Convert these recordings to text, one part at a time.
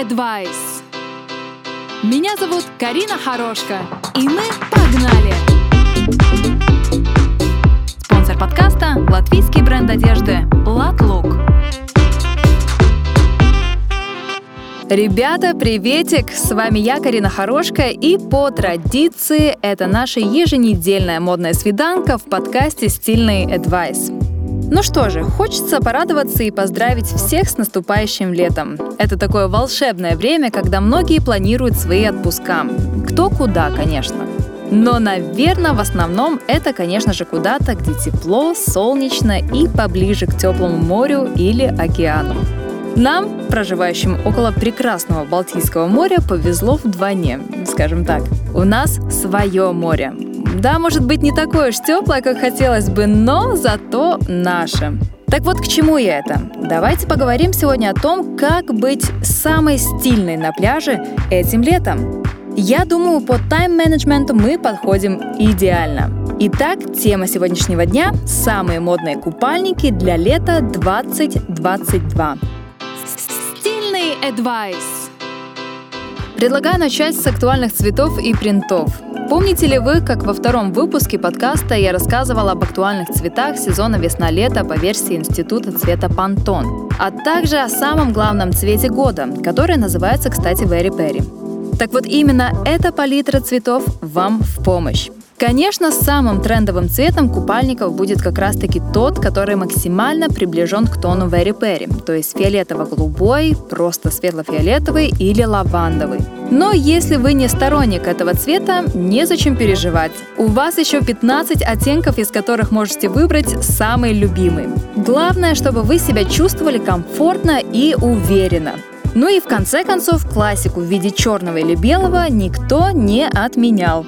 Advice. Меня зовут Карина Хорошка, и мы погнали! Спонсор подкаста – латвийский бренд одежды LatLook. Ребята, приветик! С вами я, Карина Хорошка, и по традиции это наша еженедельная модная свиданка в подкасте «Стильный Advice». Ну что же, хочется порадоваться и поздравить всех с наступающим летом. Это такое волшебное время, когда многие планируют свои отпуска. Кто куда, конечно. Но, наверное, в основном это, конечно же, куда-то, где тепло, солнечно и поближе к теплому морю или океану. Нам, проживающим около прекрасного Балтийского моря, повезло вдвойне, скажем так. У нас свое море. Да, может быть, не такое уж теплое, как хотелось бы, но зато наше. Так вот, к чему я это? Давайте поговорим сегодня о том, как быть самой стильной на пляже этим летом. Я думаю, по тайм-менеджменту мы подходим идеально. Итак, тема сегодняшнего дня – самые модные купальники для лета 2022. Стильный Advice. Предлагаю начать с актуальных цветов и принтов. Помните ли вы, как во втором выпуске подкаста я рассказывала об актуальных цветах сезона весна-лето по версии Института цвета Pantone, а также о самом главном цвете года, который называется, кстати, Very Perry. Так вот, именно эта палитра цветов вам в помощь. Конечно, самым трендовым цветом купальников будет как раз-таки тот, который максимально приближен к тону Very Perry, то есть фиолетово-голубой, просто светло-фиолетовый или лавандовый. Но если вы не сторонник этого цвета, незачем переживать. У вас еще 15 оттенков, из которых можете выбрать самый любимый. Главное, чтобы вы себя чувствовали комфортно и уверенно. Ну и в конце концов, классику в виде черного или белого никто не отменял.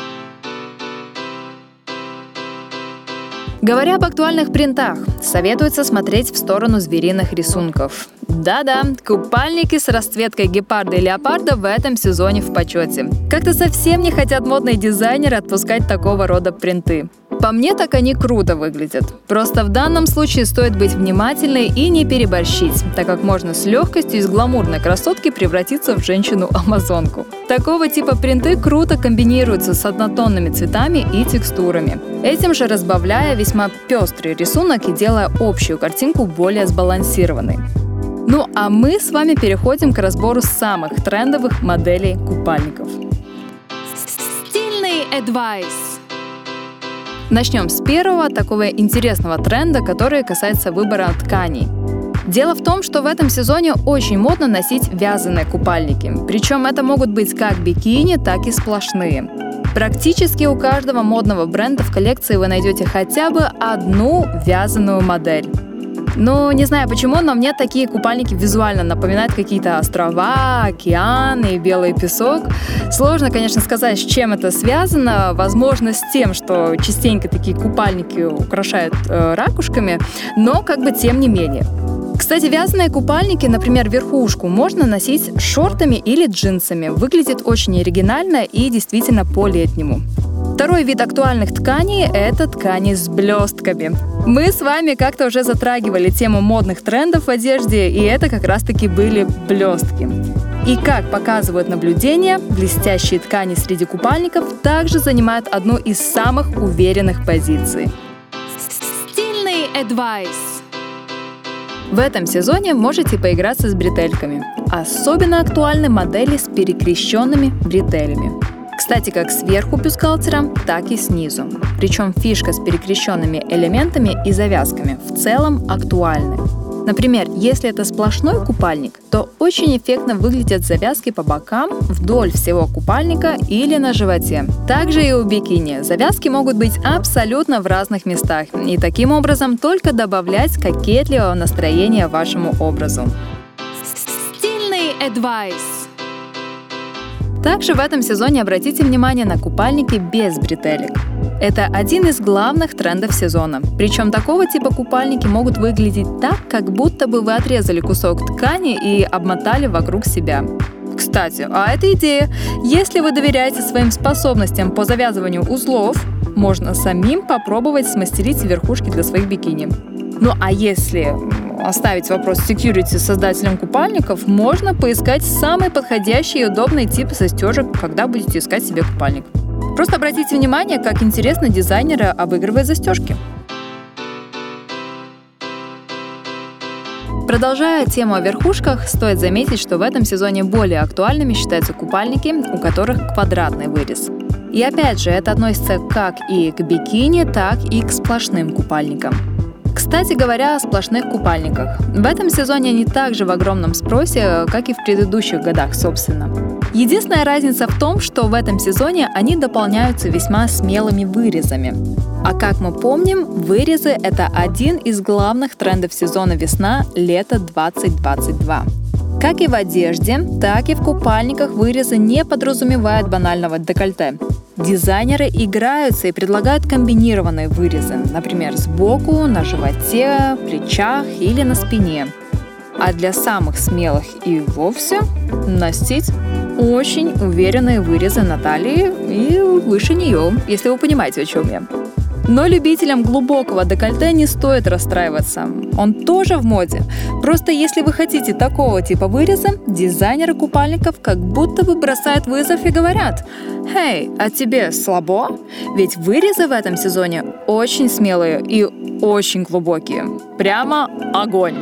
Говоря об актуальных принтах, советуется смотреть в сторону звериных рисунков. Да-да, купальники с расцветкой гепарда и леопарда в этом сезоне в почете. Как-то совсем не хотят модные дизайнеры отпускать такого рода принты. По мне, так они круто выглядят. Просто в данном случае стоит быть внимательной и не переборщить, так как можно с легкостью из гламурной красотки превратиться в женщину-амазонку. Такого типа принты круто комбинируются с однотонными цветами и текстурами, этим же разбавляя весьма пестрый рисунок и делая общую картинку более сбалансированной. Ну а мы с вами переходим к разбору самых трендовых моделей купальников. Стильный Advice. Начнем с первого такого интересного тренда, который касается выбора тканей. Дело в том, что в этом сезоне очень модно носить вязаные купальники. Причем это могут быть как бикини, так и сплошные. Практически у каждого модного бренда в коллекции вы найдете хотя бы одну вязаную модель. Ну, не знаю почему, но мне такие купальники визуально напоминают какие-то острова, океаны и белый песок. Сложно, конечно, сказать, с чем это связано. Возможно, с тем, что частенько такие купальники украшают ракушками, но как бы тем не менее. Кстати, вязаные купальники, например, верхушку, можно носить с шортами или джинсами. Выглядит очень оригинально и действительно по-летнему. Второй вид актуальных тканей – это ткани с блестками. Мы с вами как-то уже затрагивали тему модных трендов в одежде, и это как раз-таки были блестки. И как показывают наблюдения, блестящие ткани среди купальников также занимают одну из самых уверенных позиций. Стильный Advice. В этом сезоне можете поиграться с бретельками. Особенно актуальны модели с перекрещенными бретелями. Кстати, как сверху бюстгальтера, так и снизу. Причем фишка с перекрещенными элементами и завязками в целом актуальны. Например, если это сплошной купальник, то очень эффектно выглядят завязки по бокам, вдоль всего купальника или на животе. Также и у бикини. Завязки могут быть абсолютно в разных местах, и таким образом только добавлять кокетливого настроения вашему образу. Стильный Advice. Также в этом сезоне обратите внимание на купальники без бретелек. Это один из главных трендов сезона. Причем такого типа купальники могут выглядеть так, как будто бы вы отрезали кусок ткани и обмотали вокруг себя. Кстати, а это идея. Если вы доверяете своим способностям по завязыванию узлов, можно самим попробовать смастерить верхушки для своих бикини. Ну а если оставить вопрос security создателям купальников, можно поискать самый подходящий и удобный тип застежек, когда будете искать себе купальник. Просто обратите внимание, как интересно дизайнеры обыгрывают застежки. Продолжая тему о верхушках, стоит заметить, что в этом сезоне более актуальными считаются купальники, у которых квадратный вырез. И опять же, это относится как и к бикини, так и к сплошным купальникам. Кстати говоря, о сплошных купальниках. В этом сезоне они также в огромном спросе, как и в предыдущих годах, собственно. Единственная разница в том, что в этом сезоне они дополняются весьма смелыми вырезами. А как мы помним, вырезы – это один из главных трендов сезона весна-лето 2022. Как и в одежде, так и в купальниках вырезы не подразумевают банального декольте. Дизайнеры играются и предлагают комбинированные вырезы, например, сбоку, на животе, плечах или на спине. А для самых смелых и вовсе носить очень уверенные вырезы на талии и выше нее, если вы понимаете, о чем я. Но любителям глубокого декольте не стоит расстраиваться. Он тоже в моде. Просто если вы хотите такого типа выреза, дизайнеры купальников как будто бы бросают вызов и говорят: «Хей, а тебе слабо? Ведь вырезы в этом сезоне очень смелые и очень глубокие. Прямо огонь!»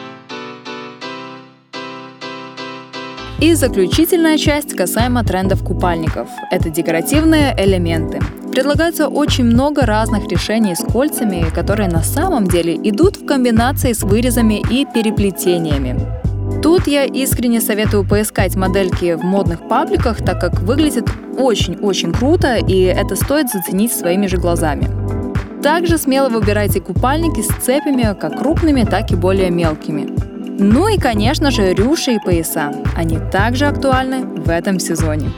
И заключительная часть касаемо трендов купальников. Это декоративные элементы. Предлагается очень много разных решений с кольцами, которые на самом деле идут в комбинации с вырезами и переплетениями. Тут я искренне советую поискать модельки в модных пабликах, так как выглядит очень-очень круто, и это стоит заценить своими же глазами. Также смело выбирайте купальники с цепями, как крупными, так и более мелкими. Ну и, конечно же, рюши и пояса. Они также актуальны в этом сезоне.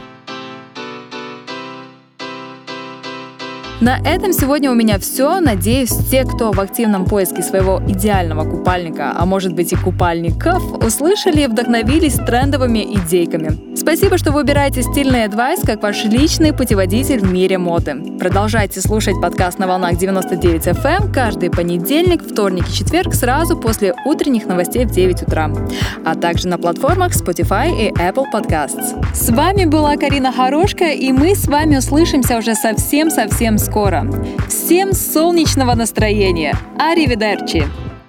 На этом сегодня у меня все. Надеюсь, те, кто в активном поиске своего идеального купальника, а может быть и купальников, услышали и вдохновились трендовыми идейками. Спасибо, что выбираете стильный Advice как ваш личный путеводитель в мире моды. Продолжайте слушать подкаст на волнах 99 FM каждый понедельник, вторник и четверг сразу после утренних новостей в 9 утра, а также на платформах Spotify и Apple Podcasts. С вами была Карина Харошка, и мы с вами услышимся уже совсем скоро. Всем солнечного настроения! Аривидерчи!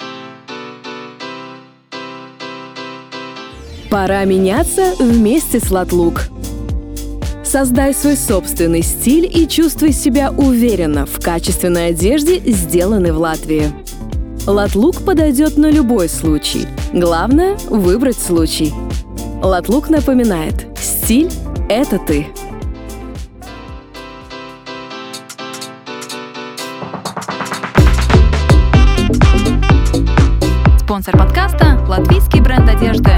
Пора меняться вместе с Латлук. Создай свой собственный стиль и чувствуй себя уверенно в качественной одежде, сделанной в Латвии. Латлук подойдет на любой случай. Главное – выбрать случай. Латлук напоминает: стиль – это ты. Спонсор подкаста – латвийский бренд одежды